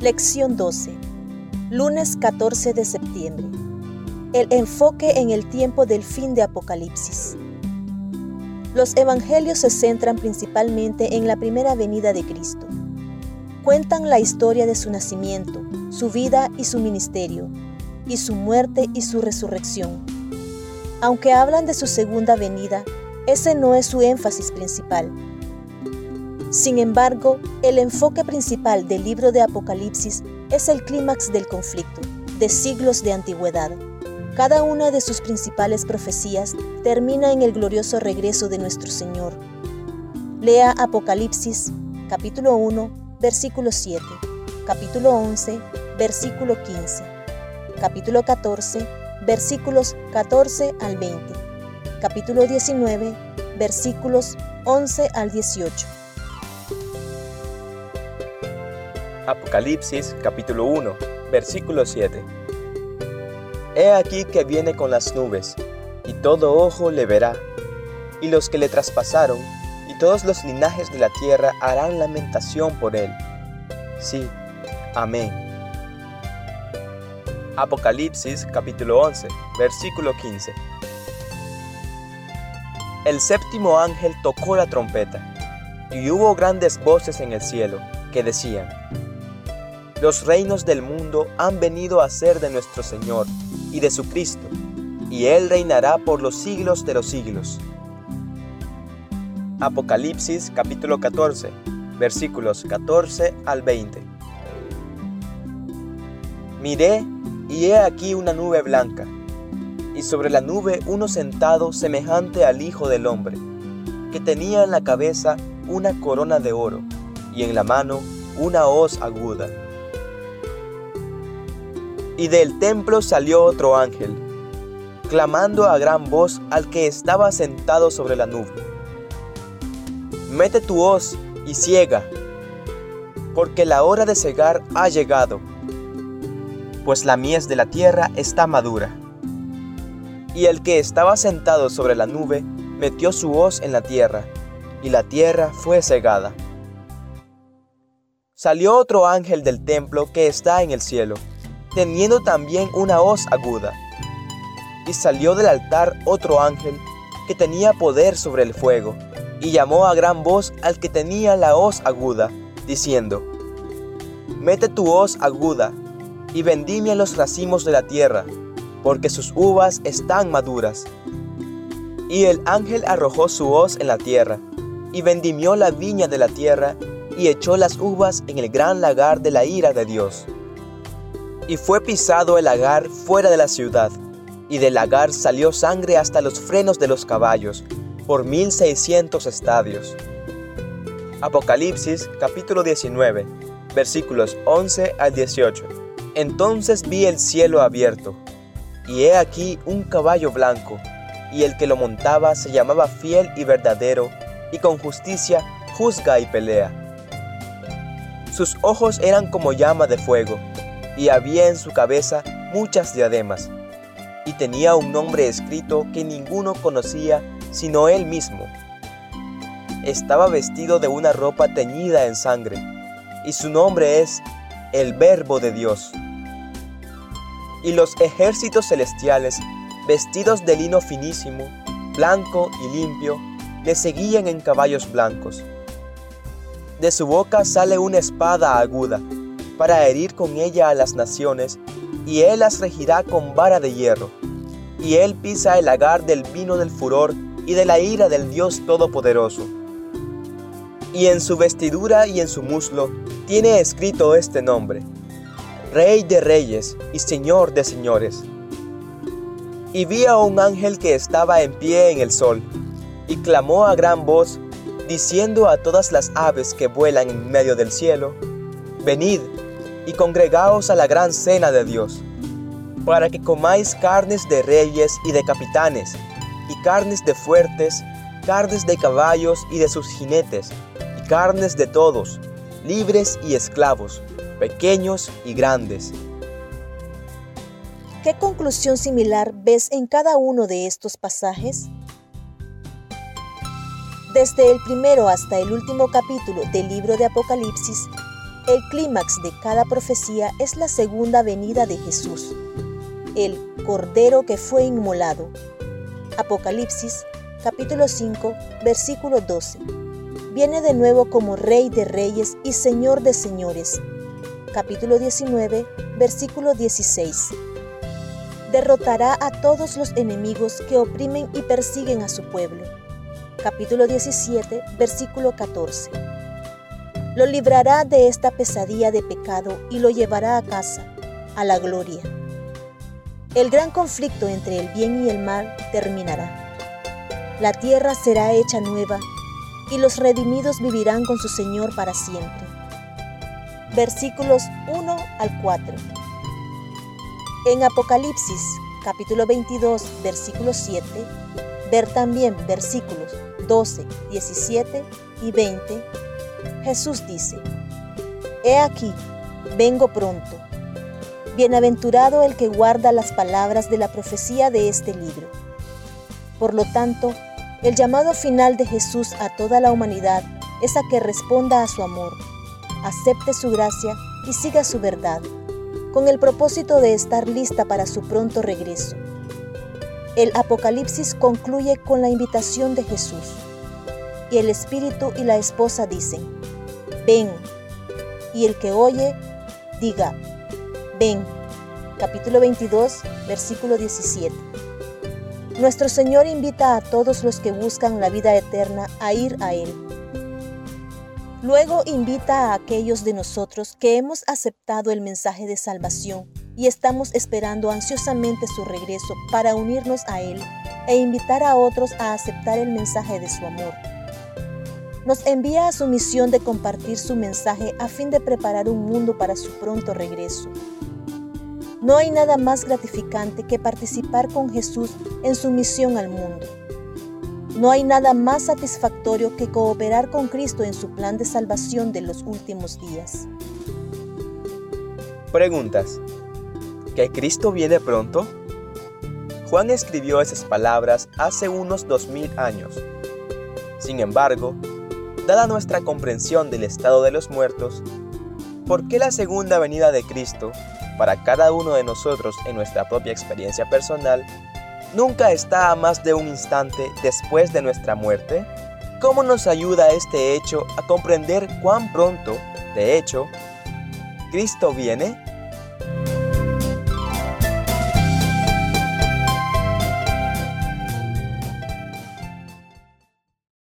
Lección 12. Lunes 14 de septiembre. El enfoque en el tiempo del fin de Apocalipsis. Los evangelios se centran principalmente en la primera venida de Cristo. Cuentan la historia de su nacimiento, su vida y su ministerio, y su muerte y su resurrección. Aunque hablan de su segunda venida, ese no es su énfasis principal. Sin embargo, el enfoque principal del libro de Apocalipsis es el clímax del conflicto, de siglos de antigüedad. Cada una de sus principales profecías termina en el glorioso regreso de nuestro Señor. Lea Apocalipsis, capítulo 1, versículo 7, capítulo 11, versículo 15, capítulo 14, versículos 14 al 20, capítulo 19, versículos 11 al 18. Apocalipsis capítulo 1, versículo 7. He aquí que viene con las nubes, y todo ojo le verá, y los que le traspasaron, y todos los linajes de la tierra harán lamentación por él. Sí, amén. Apocalipsis capítulo 11, versículo 15. El séptimo ángel tocó la trompeta, y hubo grandes voces en el cielo, que decían: Los reinos del mundo han venido a ser de nuestro Señor y de su Cristo, y Él reinará por los siglos de los siglos. Apocalipsis capítulo 14, versículos 14 al 20. Miré, y he aquí una nube blanca, y sobre la nube uno sentado semejante al Hijo del Hombre, que tenía en la cabeza una corona de oro, y en la mano una hoz aguda. Y del templo salió otro ángel, clamando a gran voz al que estaba sentado sobre la nube: Mete tu hoz y siega, porque la hora de segar ha llegado, pues la mies de la tierra está madura. Y el que estaba sentado sobre la nube metió su hoz en la tierra, y la tierra fue segada. Salió otro ángel del templo que está en el cielo, teniendo también una hoz aguda. Y salió del altar otro ángel que tenía poder sobre el fuego, y llamó a gran voz al que tenía la hoz aguda, diciendo: Mete tu hoz aguda, y vendimia los racimos de la tierra, porque sus uvas están maduras. Y el ángel arrojó su hoz en la tierra, y vendimió la viña de la tierra, y echó las uvas en el gran lagar de la ira de Dios. Y fue pisado el lagar fuera de la ciudad, y del lagar salió sangre hasta los frenos de los caballos, por 1600 estadios. Apocalipsis capítulo 19, versículos 11 al 18. Entonces vi el cielo abierto, y he aquí un caballo blanco, y el que lo montaba se llamaba Fiel y Verdadero, y con justicia juzga y pelea. Sus ojos eran como llama de fuego, y había en su cabeza muchas diademas, y tenía un nombre escrito que ninguno conocía sino él mismo. Estaba vestido de una ropa teñida en sangre, y su nombre es el Verbo de Dios. Y los ejércitos celestiales, vestidos de lino finísimo, blanco y limpio, le seguían en caballos blancos. De su boca sale una espada aguda, para herir con ella a las naciones, y él las regirá con vara de hierro. Y él pisa el lagar del vino del furor y de la ira del Dios Todopoderoso. Y en su vestidura y en su muslo tiene escrito este nombre: Rey de Reyes y Señor de Señores. Y vi a un ángel que estaba en pie en el sol, y clamó a gran voz, diciendo a todas las aves que vuelan en medio del cielo: Venid y congregaos a la gran cena de Dios, para que comáis carnes de reyes y de capitanes, y carnes de fuertes, carnes de caballos y de sus jinetes, y carnes de todos, libres y esclavos, pequeños y grandes. ¿Qué conclusión similar ves en cada uno de estos pasajes? Desde el primero hasta el último capítulo del libro de Apocalipsis, El clímax de cada profecía es la segunda venida de Jesús, el Cordero que fue inmolado. Apocalipsis, capítulo 5, versículo 12. Viene de nuevo como Rey de Reyes y Señor de Señores. Capítulo 19, versículo 16. Derrotará a todos los enemigos que oprimen y persiguen a su pueblo. Capítulo 17, versículo 14. Lo librará de esta pesadilla de pecado y lo llevará a casa, a la gloria. El gran conflicto entre el bien y el mal terminará. La tierra será hecha nueva y los redimidos vivirán con su Señor para siempre. Versículos 1 al 4. En Apocalipsis, capítulo 22, versículo 7, ver también versículos 12, 17 y 20, Jesús dice: He aquí, vengo pronto. Bienaventurado el que guarda las palabras de la profecía de este libro. Por lo tanto, el llamado final de Jesús a toda la humanidad es a que responda a su amor, acepte su gracia y siga su verdad, con el propósito de estar lista para su pronto regreso. El Apocalipsis concluye con la invitación de Jesús, y el Espíritu y la esposa dicen: Ven, y el que oye, diga: Ven. Capítulo 22, versículo 17. Nuestro Señor invita a todos los que buscan la vida eterna a ir a Él. Luego invita a aquellos de nosotros que hemos aceptado el mensaje de salvación y estamos esperando ansiosamente su regreso para unirnos a Él e invitar a otros a aceptar el mensaje de su amor. Nos envía a su misión de compartir su mensaje a fin de preparar un mundo para su pronto regreso. No hay nada más gratificante que participar con Jesús en su misión al mundo. No hay nada más satisfactorio que cooperar con Cristo en su plan de salvación de los últimos días. Preguntas. ¿Que Cristo viene pronto? Juan escribió esas palabras hace unos 2000 años. Sin embargo, dada nuestra comprensión del estado de los muertos, ¿por qué la segunda venida de Cristo, para cada uno de nosotros en nuestra propia experiencia personal, nunca está a más de un instante después de nuestra muerte? ¿Cómo nos ayuda este hecho a comprender cuán pronto, de hecho, Cristo viene?